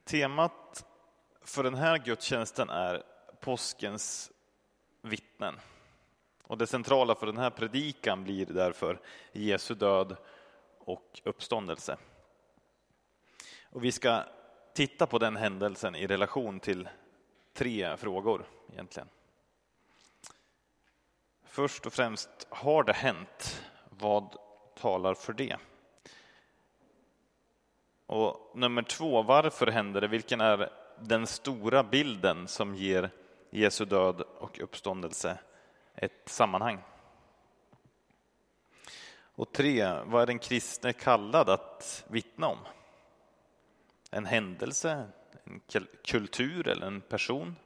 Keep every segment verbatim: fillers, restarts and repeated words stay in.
Temat för den här gudstjänsten är påskens vittnen. Och det centrala för den här predikan blir därför Jesu död och uppståndelse. Och vi ska titta på den händelsen i relation till tre frågor egentligen. Först och främst, har det hänt? Vad talar för det? Och nummer två, varför händer det? Vilken är den stora bilden som ger Jesu död och uppståndelse ett sammanhang? Och tre, vad är den kristne kallad att vittna om? En händelse, en kultur eller en person?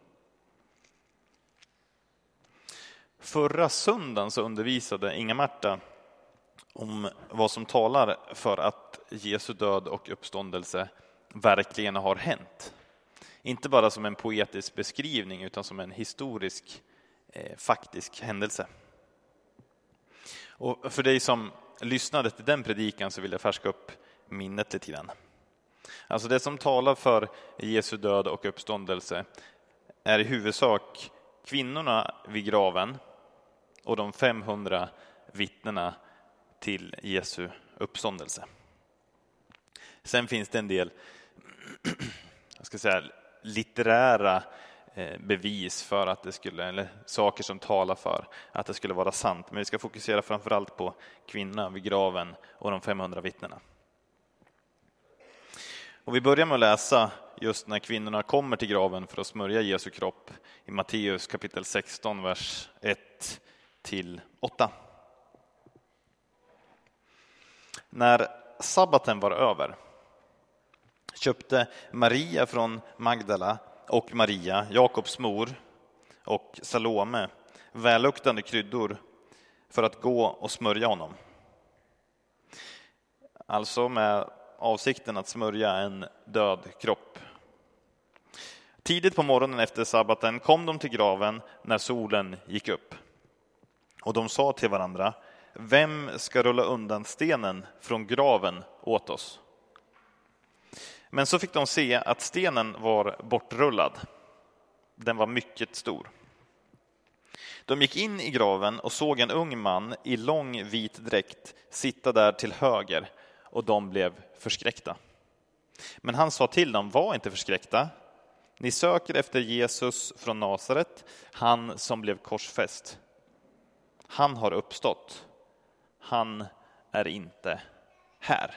Förra söndagen så undervisade Inga-Marta om vad som talar för att Jesu död och uppståndelse verkligen har hänt. Inte bara som en poetisk beskrivning utan som en historisk, eh, faktisk händelse. Och för dig som lyssnade till den predikan så vill jag färska upp minnet lite grann. Alltså det som talar för Jesu död och uppståndelse är i huvudsak kvinnorna vid graven och de femhundra vittnena till Jesu uppståndelse. Sen finns det en del jag ska säga, litterära bevis för att det skulle, eller saker som talar för att det skulle vara sant. Men vi ska fokusera framförallt på kvinnan vid graven och de femhundra vittnena. Och vi börjar med att läsa just när kvinnorna kommer till graven för att smörja Jesu kropp i Matteus kapitel sexton, vers ett till åtta. När sabbaten var över köpte Maria från Magdala och Maria, Jakobs mor, och Salome välluktande kryddor för att gå och smörja honom. Alltså med avsikten att smörja en död kropp. Tidigt på morgonen efter sabbaten kom de till graven när solen gick upp. Och de sa till varandra: vem ska rulla undan stenen från graven åt oss? Men så fick de se att stenen var bortrullad. Den var mycket stor. De gick in i graven och såg en ung man i lång vit dräkt sitta där till höger, och de blev förskräckta. Men han sa till dem: var inte förskräckta. Ni söker efter Jesus från Nasaret, han som blev korsfäst. Han har uppstått. Han är inte här.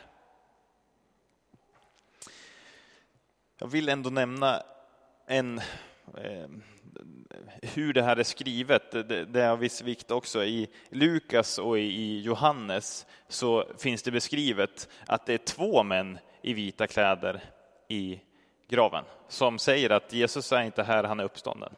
Jag vill ändå nämna en, eh, hur det här är skrivet. Det, det är av viss vikt också. I Lukas och i Johannes så finns det beskrivet att det är två män i vita kläder i graven som säger att Jesus är inte här, han är uppstånden.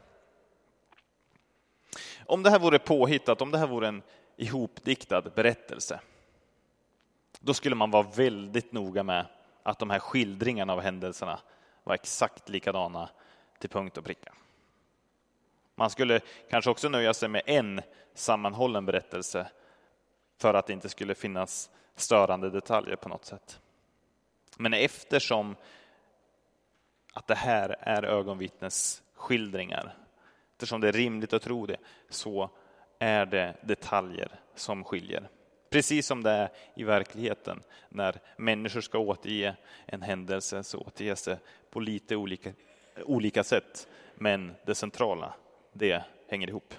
Om det här vore påhittat, om det här vore en ihopdiktad berättelse, då skulle man vara väldigt noga med att de här skildringarna av händelserna var exakt likadana till punkt och pricka. Man skulle kanske också nöja sig med en sammanhållen berättelse för att det inte skulle finnas störande detaljer på något sätt. Men eftersom att det här är ögonvittnes skildringar, eftersom det är rimligt att tro det, så är det detaljer som skiljer. Precis som det är i verkligheten. När människor ska återge en händelse så återges det på lite olika, olika sätt. Men det centrala, det hänger ihop.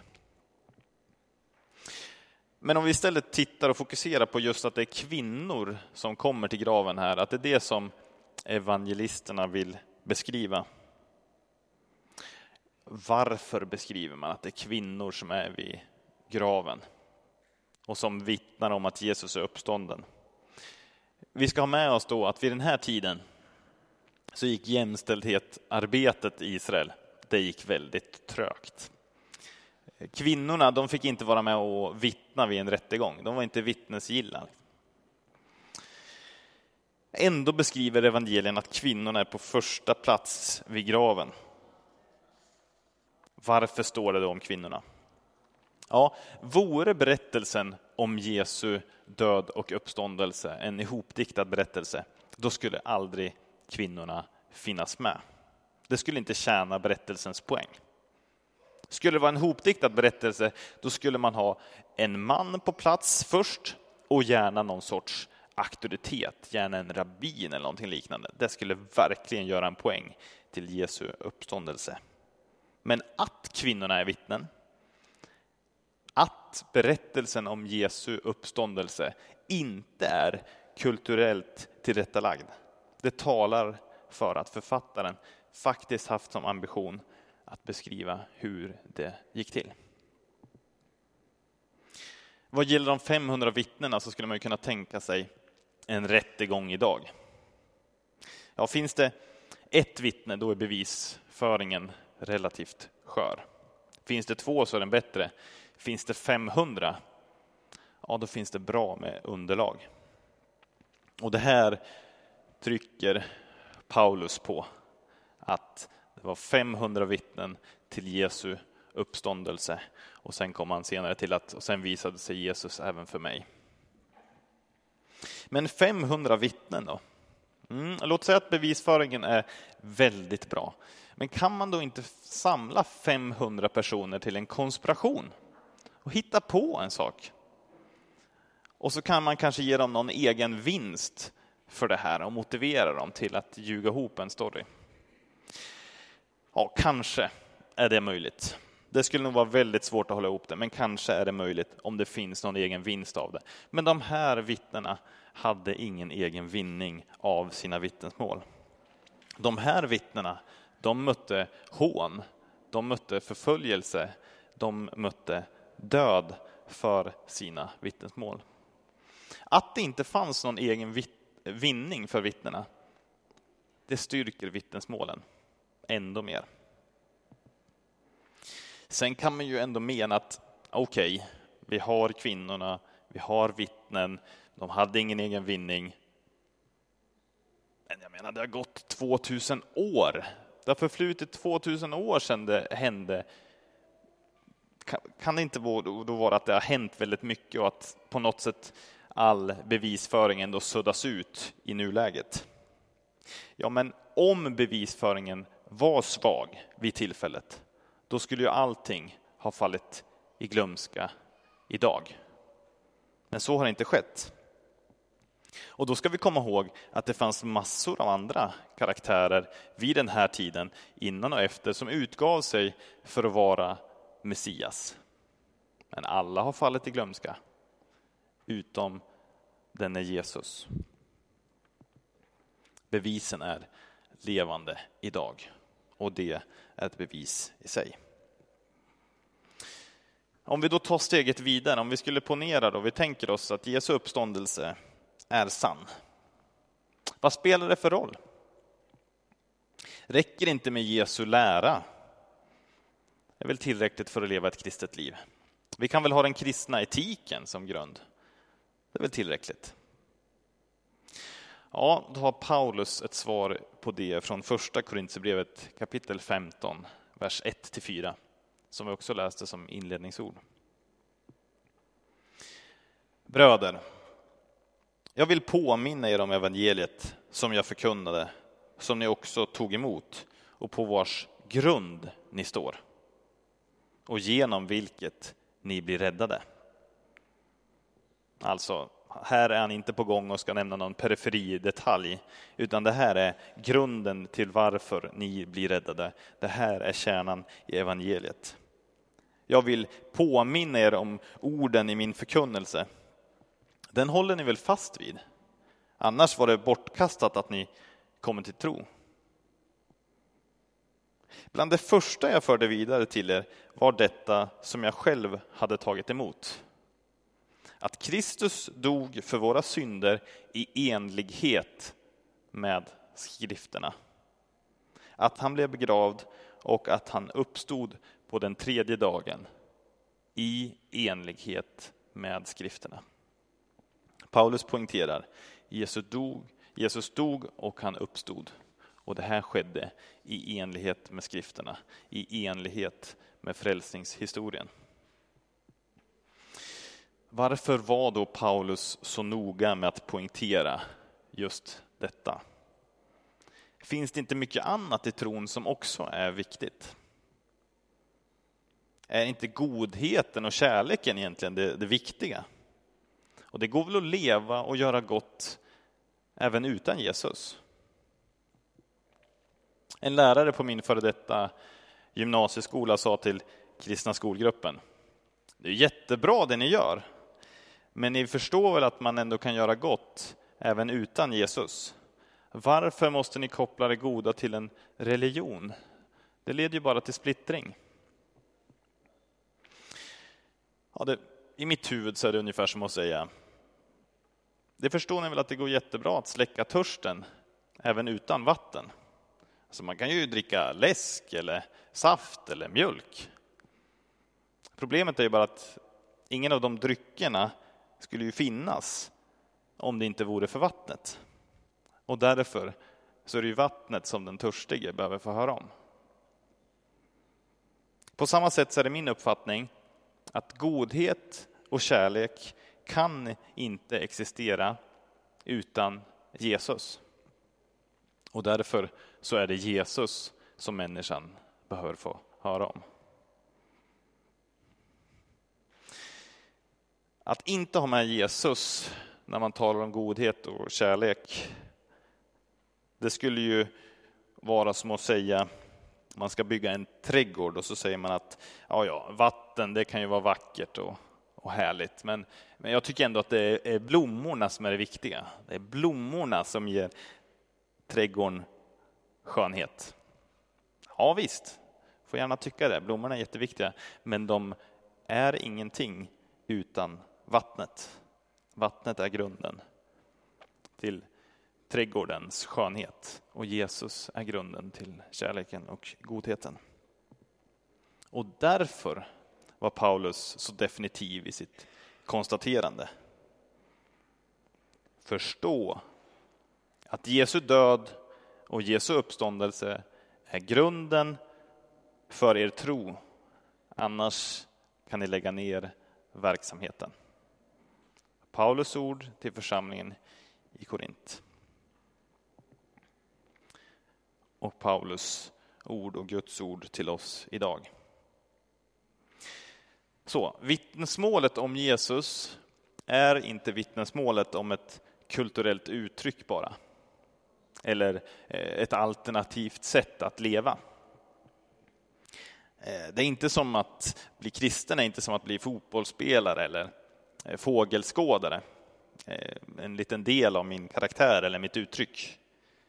Men om vi istället tittar och fokuserar på just att det är kvinnor som kommer till graven här. Att det är det som evangelisterna vill beskriva. Varför beskriver man att det är kvinnor som är vid graven och som vittnar om att Jesus är uppstånden? Vi ska ha med oss då att vid den här tiden så gick jämställdhetarbetet i Israel, det gick väldigt trögt. Kvinnorna, de fick inte vara med och vittna vid en rättegång. De var inte vittnesgilla. Ändå beskriver evangelien att kvinnorna är på första plats vid graven. Varför står det då om kvinnorna? Ja, vore berättelsen om Jesu död och uppståndelse en ihopdiktad berättelse, då skulle aldrig kvinnorna finnas med. Det skulle inte tjäna berättelsens poäng. Skulle det vara en hopdiktad berättelse, då skulle man ha en man på plats först och gärna någon sorts auktoritet, gärna en rabbin eller någonting liknande. Det skulle verkligen göra en poäng till Jesu uppståndelse. Men att kvinnorna är vittnen, att berättelsen om Jesu uppståndelse inte är kulturellt tillrättalagd, det talar för att författaren faktiskt haft som ambition att beskriva hur det gick till. Vad gäller de femhundra vittnena så skulle man ju kunna tänka sig en rättegång idag. Ja, finns det ett vittne, då är bevisföringen relativt skör. Finns det två så är den bättre. Finns det femhundra, ja då finns det bra med underlag. Och det här trycker Paulus på, att det var femhundra vittnen till Jesu uppståndelse. Och sen kom han senare till att, och sen visade sig Jesus även för mig. Men femhundra vittnen då? Mm, låt säga att bevisföringen är väldigt bra. Men kan man då inte samla femhundra personer till en konspiration och hitta på en sak? Och så kan man kanske ge dem någon egen vinst för det här och motivera dem till att ljuga ihop en story. Ja, kanske är det möjligt. Det skulle nog vara väldigt svårt att hålla ihop det, men kanske är det möjligt om det finns någon egen vinst av det. Men de här vittnena hade ingen egen vinning av sina vittnesmål. De här vittnena, de mötte hån, de mötte förföljelse, de mötte död för sina vittnesmål. Att det inte fanns någon egen vitt- vinning för vittnena, det styrker vittnesmålen ändå mer. Sen kan man ju ändå mena att okej, okay, vi har kvinnorna, vi har vittnen, de hade ingen egen vinning. Men jag menar, det har gått tvåtusen år. Det har förflutit tvåtusen år sedan det hände. Kan det inte då vara att det har hänt väldigt mycket och att på något sätt all bevisföring ändå suddas ut i nuläget? Ja, men om bevisföringen var svag vid tillfället, då skulle ju allting ha fallit i glömska idag. Men så har inte skett. Och då ska vi komma ihåg att det fanns massor av andra karaktärer vid den här tiden, innan och efter, som utgav sig för att vara Messias. Men alla har fallit i glömska, utom denne Jesus. Bevisen är levande idag, och det är ett bevis i sig. Om vi då tar steget vidare, om vi skulle ponera då, vi tänker oss att Jesu uppståndelse är sann. Vad spelar det för roll? Räcker inte med Jesu lära? Det är väl tillräckligt för att leva ett kristet liv. Vi kan väl ha den kristna etiken som grund. Det är väl tillräckligt. Ja, då har Paulus ett svar på det från första Korinthierbrevet kapitel femton, vers ett till fyra, som vi också läste som inledningsord. Bröder, jag vill påminna er om evangeliet som jag förkunnade, som ni också tog emot och på vars grund ni står, och genom vilket ni blir räddade. Alltså, här är han inte på gång och ska nämna någon periferidetalj, utan det här är grunden till varför ni blir räddade. Det här är kärnan i evangeliet. Jag vill påminna er om orden i min förkunnelse. Den håller ni väl fast vid? Annars var det bortkastat att ni kommer till tro. Bland det första jag förde vidare till er var detta som jag själv hade tagit emot. Att Kristus dog för våra synder i enlighet med skrifterna. Att han blev begravd och att han uppstod på den tredje dagen i enlighet med skrifterna. Paulus poängterar, Jesus dog, Jesus dog och han uppstod. Och det här skedde i enlighet med skrifterna, i enlighet med frälsningshistorien. Varför var då Paulus så noga med att poängtera just detta? finns det inte mycket annat i tron som också är viktigt? Är inte godheten och kärleken egentligen det, det viktiga? Och det går väl att leva och göra gott även utan Jesus. En lärare på min före detta gymnasieskola sa till kristna skolgruppen: det är jättebra det ni gör, men ni förstår väl att man ändå kan göra gott även utan Jesus. Varför måste ni koppla det goda till en religion? Det leder ju bara till splittring. Ja, det, i mitt huvud så är det ungefär som att säga: det förstår ni väl att det går jättebra att släcka törsten även utan vatten. Alltså man kan ju dricka läsk eller saft eller mjölk. Problemet är ju bara att ingen av de dryckerna skulle ju finnas om det inte vore för vattnet. Och därför så är det ju vattnet som den törstige behöver få höra om. På samma sätt så är det min uppfattning att godhet och kärlek kan inte existera utan Jesus. Och därför så är det Jesus som människan behöver få höra om. Att inte ha med Jesus när man talar om godhet och kärlek, det skulle ju vara som att säga, man ska bygga en trädgård och så säger man att ja, ja, vatten det kan ju vara vackert och, och härligt. Men, men jag tycker ändå att det är blommorna som är det viktiga. Det är blommorna som ger trädgården skönhet. Ja visst, får gärna tycka det. Blommorna är jätteviktiga, men de är ingenting utan vattnet. Vattnet är grunden till trädgårdens skönhet, och Jesus är grunden till kärleken och godheten. Och därför var Paulus så definitiv i sitt konstaterande. Förstå att Jesu död och Jesu uppståndelse är grunden för er tro. Annars kan ni lägga ner verksamheten. Paulus ord till församlingen i Korint. Och Paulus ord och Guds ord till oss idag. Så, vittnesmålet om Jesus är inte vittnesmålet om ett kulturellt uttryck bara. Eller ett alternativt sätt att leva. Det är inte som att bli kristen, är inte som att bli fotbollsspelare eller fågelskådare. En liten del av min karaktär eller mitt uttryck.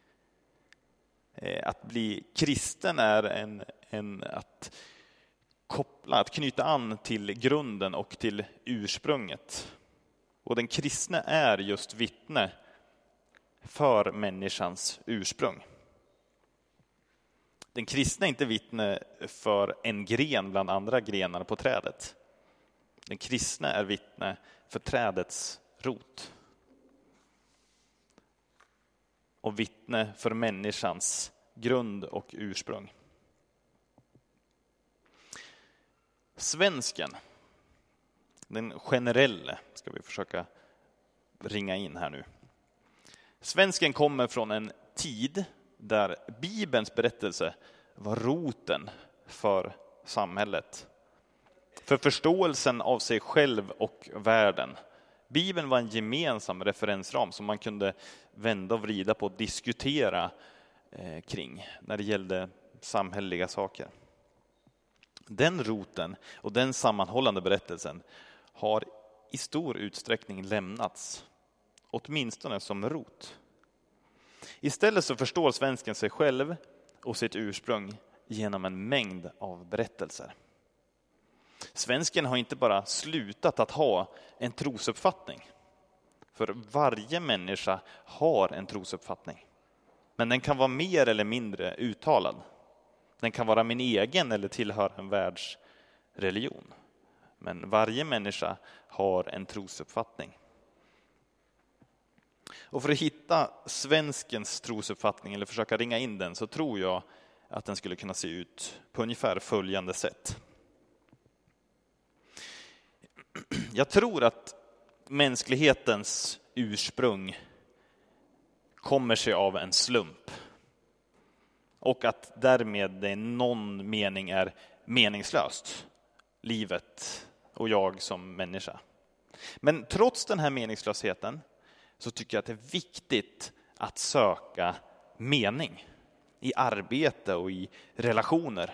Att bli kristen är en, en att koppla, att knyta an till grunden och till ursprunget. Och den kristne är just vittne för människans ursprung. Den kristne är inte vittne för en gren bland andra grenar på trädet. Den kristne är vittne för trädets rot. Och vittne för människans grund och ursprung. Svensken, den generella, ska vi försöka ringa in här nu. Svensken kommer från en tid där Bibelns berättelse var roten för samhället. För förståelsen av sig själv och världen. Bibeln var en gemensam referensram som man kunde vända och vrida på och diskutera eh, kring när det gällde samhälleliga saker. Den roten och den sammanhållande berättelsen har i stor utsträckning lämnats, åtminstone som rot. Istället så förstår svensken sig själv och sitt ursprung genom en mängd av berättelser. Svensken har inte bara slutat att ha en trosuppfattning. För varje människa har en trosuppfattning. Men den kan vara mer eller mindre uttalad. Den kan vara min egen eller tillhöra en världsreligion. Men varje människa har en trosuppfattning. Och för att hitta svenskens trosuppfattning eller försöka ringa in den, så tror jag att den skulle kunna se ut på ungefär följande sätt. Jag tror att mänsklighetens ursprung kommer sig av en slump. Och att därmed det i någon mening är meningslöst, livet och jag som människa. Men trots den här meningslösheten så tycker jag att det är viktigt att söka mening i arbete och i relationer.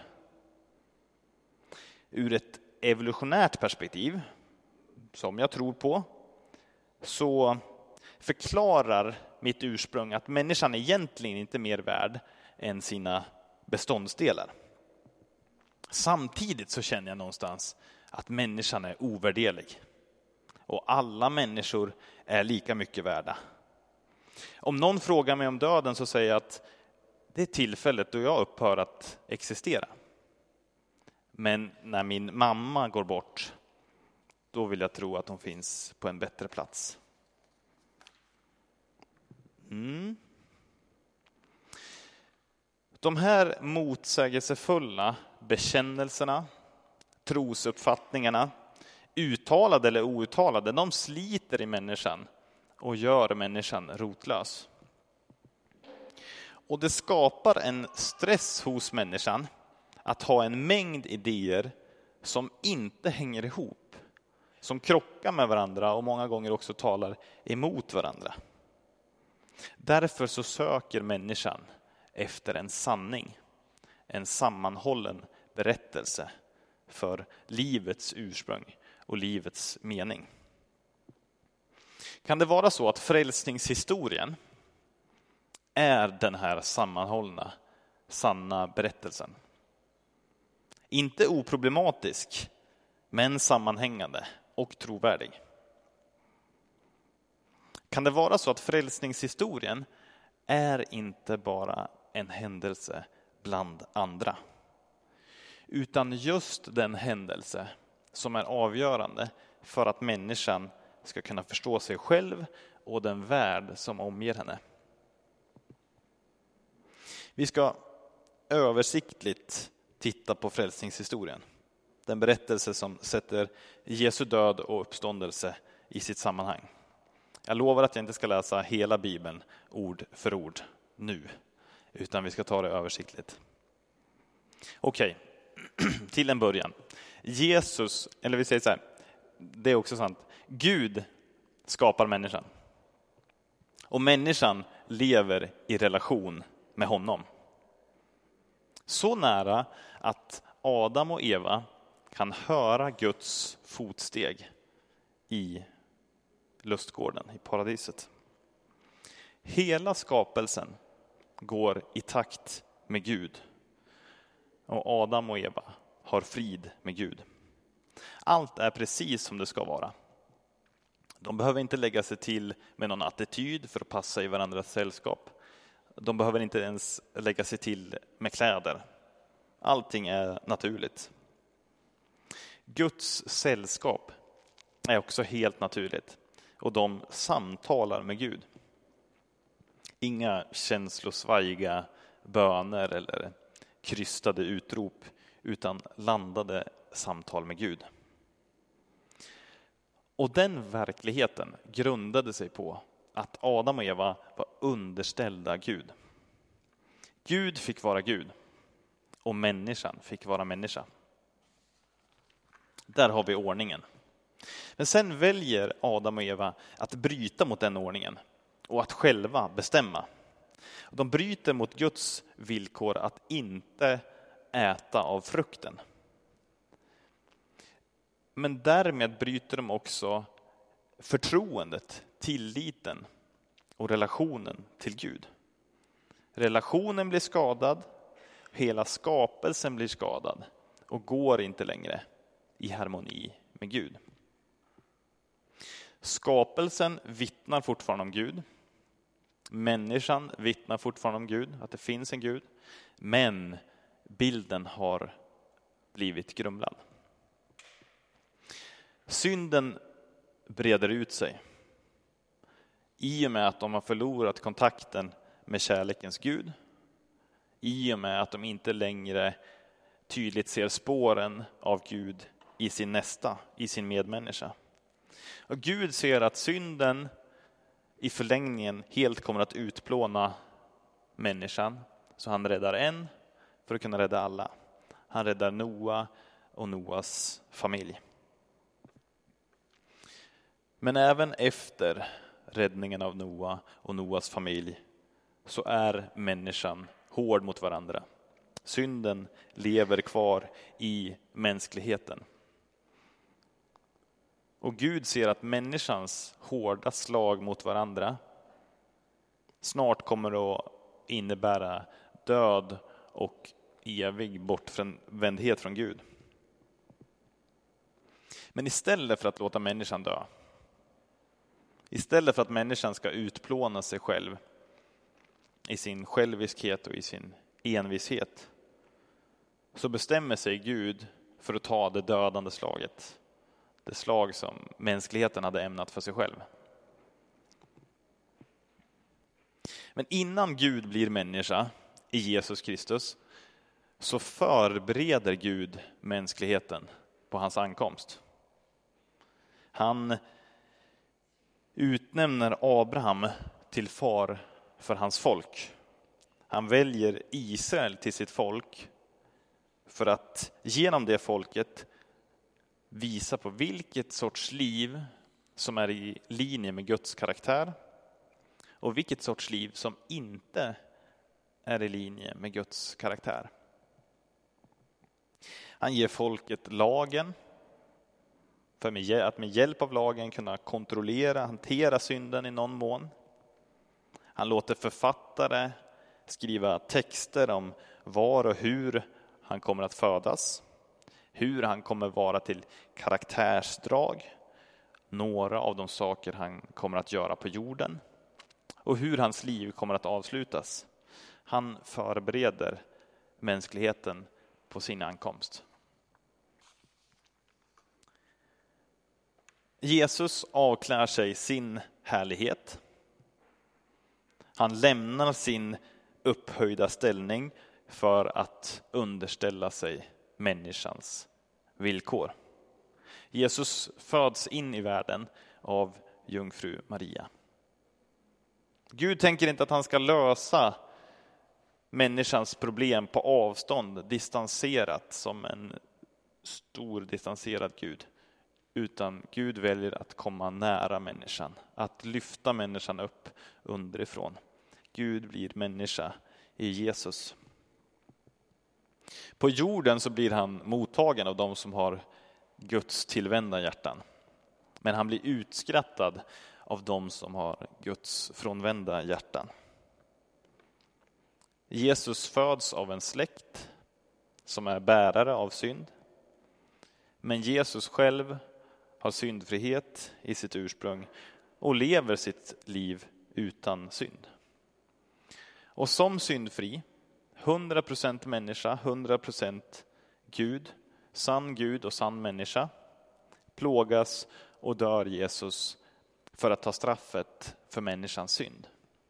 Ur ett evolutionärt perspektiv, som jag tror på, så förklarar mitt ursprung att människan egentligen inte är mer värd än sina beståndsdelar. Samtidigt så känner jag någonstans att människan är ovärderlig. Och alla människor är lika mycket värda. Om någon frågar mig om döden så säger jag att det är tillfället då jag upphör att existera. Men när min mamma går bort, då vill jag tro att hon finns på en bättre plats. Mm. De här motsägelsefulla bekännelserna, trosuppfattningarna, uttalade eller outtalade, de sliter i människan och gör människan rotlös. Och det skapar en stress hos människan att ha en mängd idéer som inte hänger ihop, som krockar med varandra och många gånger också talar emot varandra. Därför så söker människan efter en sanning, en sammanhållen berättelse för livets ursprung och livets mening. Kan det vara så att frälsningshistorien är den här sammanhållna, sanna berättelsen? Inte oproblematisk, men sammanhängande och trovärdig. Kan det vara så att frälsningshistorien är inte bara en händelse bland andra, utan just den händelse som är avgörande för att människan ska kunna förstå sig själv och den värld som omger henne? Vi ska översiktligt titta på frälsningshistorien. Den berättelse som sätter Jesu död och uppståndelse i sitt sammanhang. Jag lovar att jag inte ska läsa hela Bibeln ord för ord nu, utan vi ska ta det översiktligt. Okej, till en början. Jesus, eller vi säger så här, det är också sant. Gud skapar människan. Och människan lever i relation med honom. Så nära att Adam och Eva kan höra Guds fotsteg i lustgården, i paradiset. Hela skapelsen går i takt med Gud. Och Adam och Eva har frid med Gud. Allt är precis som det ska vara. De behöver inte lägga sig till med någon attityd för att passa i varandras sällskap. De behöver inte ens lägga sig till med kläder. Allting är naturligt. Guds sällskap är också helt naturligt. Och de samtalar med Gud. Inga känslosvajiga böner eller krystade utrop, utan landade samtal med Gud. Och den verkligheten grundade sig på att Adam och Eva var underställda Gud. Gud fick vara Gud och människan fick vara människa. Där har vi ordningen. Men sen väljer Adam och Eva att bryta mot den ordningen och att själva bestämma. De bryter mot Guds villkor att inte äta av frukten. Men därmed bryter de också förtroendet, tilliten och relationen till Gud. Relationen blir skadad, hela skapelsen blir skadad och går inte längre i harmoni med Gud. Skapelsen vittnar fortfarande om Gud. Människan vittnar fortfarande om Gud, att det finns en Gud. Men bilden har blivit grumlad. Synden breder ut sig. I och med att de har förlorat kontakten med kärlekens Gud. I och med att de inte längre tydligt ser spåren av Gud i sin nästa, i sin medmänniska. Och Gud ser att synden i förlängningen helt kommer att utplåna människan Så han räddar en för att kunna rädda alla. Han räddar Noa och Noas familj. Men även efter räddningen av Noa och Noas familj så är människan hård mot varandra. Synden lever kvar i mänskligheten. Och Gud ser att människans hårda slag mot varandra snart kommer att innebära död och evig bortvändhet från Gud. Men istället för att låta människan dö, istället för att människan ska utplåna sig själv i sin själviskhet och i sin envishet, så bestämmer sig Gud för att ta det dödande slaget. Det slag som mänskligheten hade ämnat för sig själv. Men innan Gud blir människa i Jesus Kristus så förbereder Gud mänskligheten på hans ankomst. Han utnämner Abraham till far för hans folk. Han väljer Israel till sitt folk för att genom det folket visa på vilket sorts liv som är i linje med Guds karaktär och vilket sorts liv som inte är i linje med Guds karaktär. Han ger folket lagen för att med hjälp av lagen kunna kontrollera, hantera synden i någon mån. Han låter författare skriva texter om var och hur han kommer att födas, hur han kommer vara till karaktärsdrag, några av de saker han kommer att göra på jorden och hur hans liv kommer att avslutas. Han förbereder mänskligheten på sin ankomst. Jesus avklär sig sin härlighet. Han lämnar sin upphöjda ställning för att underställa sig människans villkor. Jesus föds in i världen av jungfru Maria. Gud tänker inte att han ska lösa människans problem på avstånd, distanserat som en stor distanserad Gud. Utan Gud väljer att komma nära människan, att lyfta människan upp underifrån. Gud blir människa i Jesus. På jorden så blir han mottagen av de som har Guds tillvända hjärtan. Men han blir utskrattad av de som har Guds frånvända hjärtan. Jesus föds av en släkt som är bärare av synd. Men Jesus själv har syndfrihet i sitt ursprung och lever sitt liv utan synd. Och som syndfri, hundra procent människa, hundra procent Gud, sann Gud och sann människa, plågas och dör Jesus för att ta straffet för människans synd.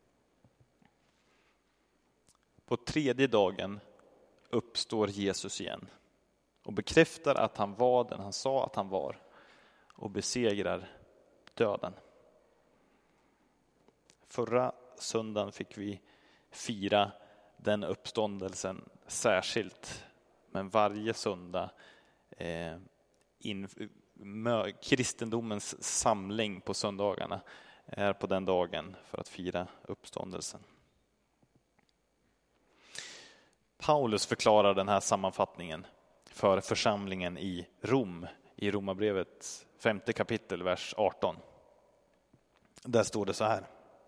På tredje dagen uppstår Jesus igen och bekräftar att han var den han sa att han var och besegrar döden. Förra söndagen fick vi fira den uppståndelsen särskilt, men varje söndag eh, in, mö, kristendomens samling på söndagarna är på den dagen för att fira uppståndelsen. Paulus förklarar den här sammanfattningen för församlingen i Rom i Romarbrevet femte kapitel, vers arton. Där står det så här.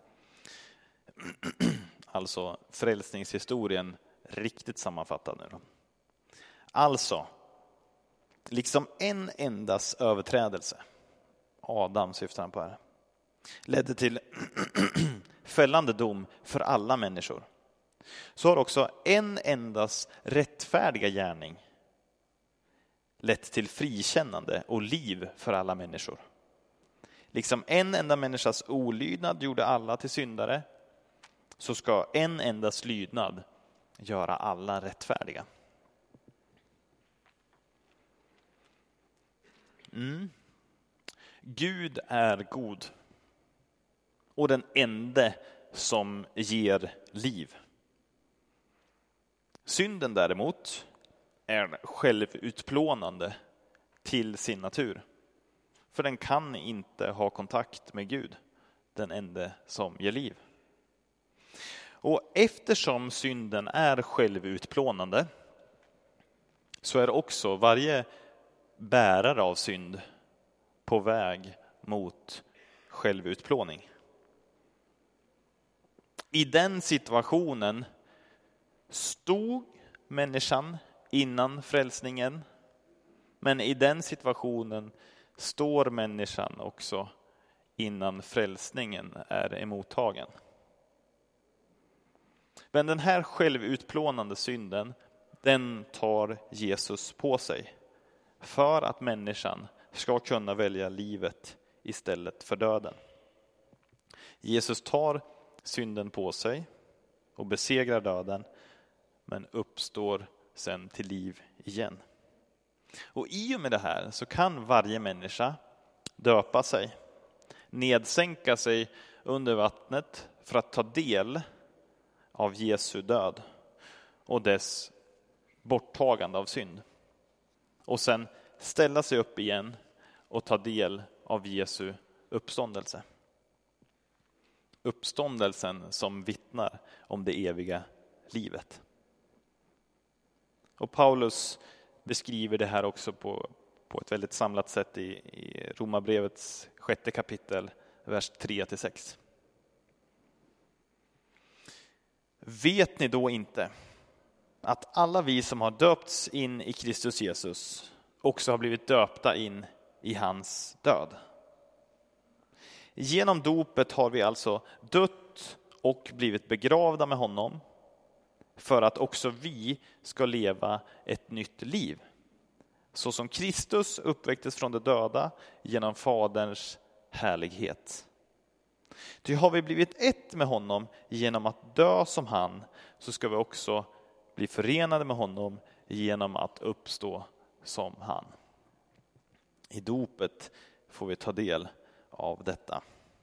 Alltså frälsningshistorien riktigt sammanfattad nu då. Alltså, liksom en endas överträdelse, Adam syftar han på här, ledde till fällande dom för alla människor, så har också en endas rättfärdiga gärning lett till frikännande och liv för alla människor. Liksom en enda människas olydnad gjorde alla till syndare, så ska en endas lydnad göra alla rättfärdiga. Mm. Gud är god och den ende som ger liv. Synden däremot är självutplånande till sin natur. För den kan inte ha kontakt med Gud, den enda som ger liv. Och eftersom synden är självutplånande så är också varje bärare av synd på väg mot självutplåning. I den situationen stod människan innan frälsningen, men i den situationen står människan också innan frälsningen är emottagen. Men den här självutplånande synden, den tar Jesus på sig för att människan ska kunna välja livet istället för döden. Jesus tar synden på sig och besegrar döden, men uppstår sen till liv igen. Och i och med det här så kan varje människa döpa sig, nedsänka sig under vattnet för att ta del av Jesu död och dess borttagande av synd. Och sen ställa sig upp igen och ta del av Jesu uppståndelse. Uppståndelsen som vittnar om det eviga livet. Och Paulus beskriver det här också på, på ett väldigt samlat sätt i, i Romarbrevets sjätte kapitel, vers tre till sex. Vet ni då inte att alla vi som har döpts in i Kristus Jesus också har blivit döpta in i hans död? Genom dopet har vi alltså dött och blivit begravda med honom för att också vi ska leva ett nytt liv. Så som Kristus uppväcktes från de döda genom Faderns härlighet. Ty har vi blivit ett med honom genom att dö som han, så ska vi också bli förenade med honom genom att uppstå som han. I dopet får vi ta del av detta.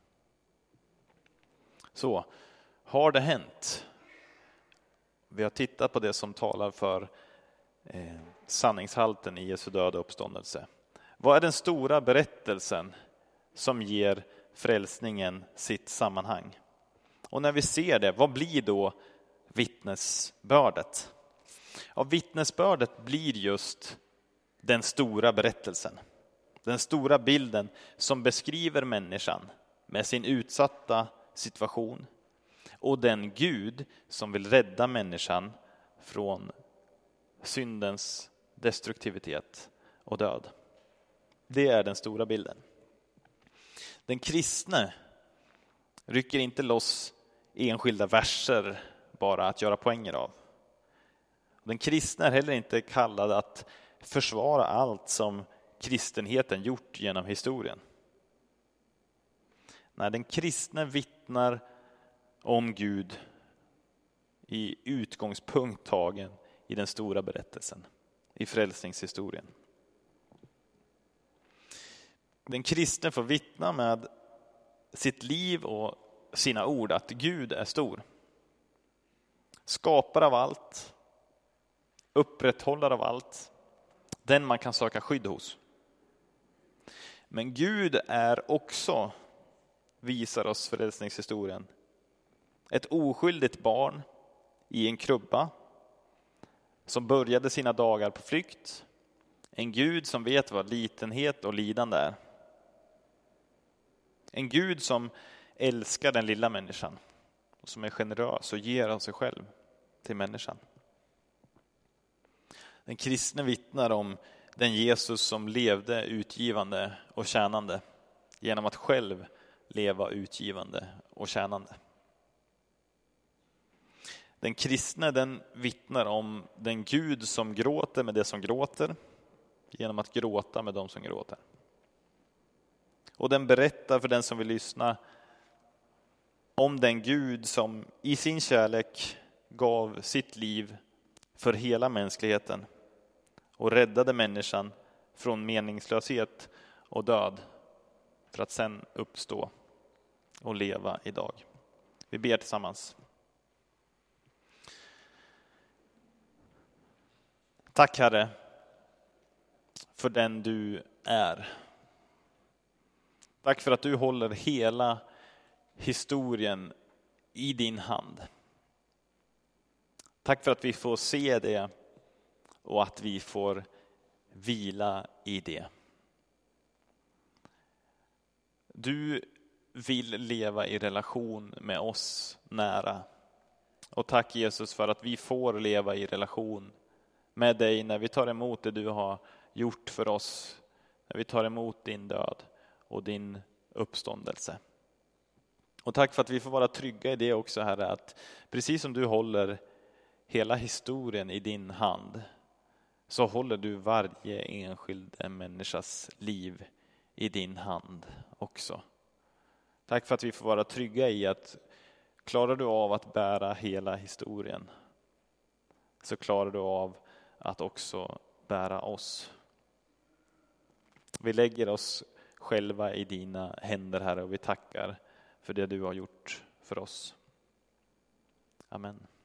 Så, har det hänt? Vi har tittat på det som talar för eh, sanningshalten i Jesu död och uppståndelse. Vad är den stora berättelsen som ger frälsningen sitt sammanhang? Och när vi ser det, vad blir då vittnesbördet? Ja, vittnesbördet blir just den stora berättelsen. Den stora bilden som beskriver människan med sin utsatta situation och den Gud som vill rädda människan från syndens destruktivitet och död. Det är den stora bilden. Den kristne rycker inte loss enskilda verser bara att göra poänger av. Den kristne är heller inte kallad att försvara allt som kristenheten gjort genom historien. Nej, den kristne vittnar om Gud i utgångspunkt tagen i den stora berättelsen, i frälsningshistorien. Den kristne får vittna med sitt liv och sina ord att Gud är stor. Skapare av allt, upprätthållare av allt, den man kan söka skydd hos. Men Gud är också, visar oss frälsningshistorien, ett oskyldigt barn i en krubba som började sina dagar på flykt. En Gud som vet vad litenhet och lidande är. En Gud som älskar den lilla människan och som är generös och ger av sig själv till människan. Den kristne vittnar om den Jesus som levde utgivande och tjänande genom att själv leva utgivande och tjänande. Den kristne, den vittnar om den Gud som gråter med det som gråter genom att gråta med dem som gråter. Och den berättar för den som vill lyssna om den Gud som i sin kärlek gav sitt liv för hela mänskligheten och räddade människan från meningslöshet och död för att sen uppstå och leva idag. Vi ber tillsammans. Tack Herre för den du är. Tack för att du håller hela historien i din hand. Tack för att vi får se det och att vi får vila i det. Du vill leva i relation med oss nära. Och tack Jesus för att vi får leva i relation med dig när vi tar emot det du har gjort för oss. När vi tar emot din död och din uppståndelse. Och tack för att vi får vara trygga i det också Herre, att precis som du håller hela historien i din hand, så håller du varje enskild människas liv i din hand också. Tack för att vi får vara trygga i att klarar du av att bära hela historien, så klarar du av att också bära oss. Vi lägger oss själva i dina händer Herre, och vi tackar för det du har gjort för oss. Amen.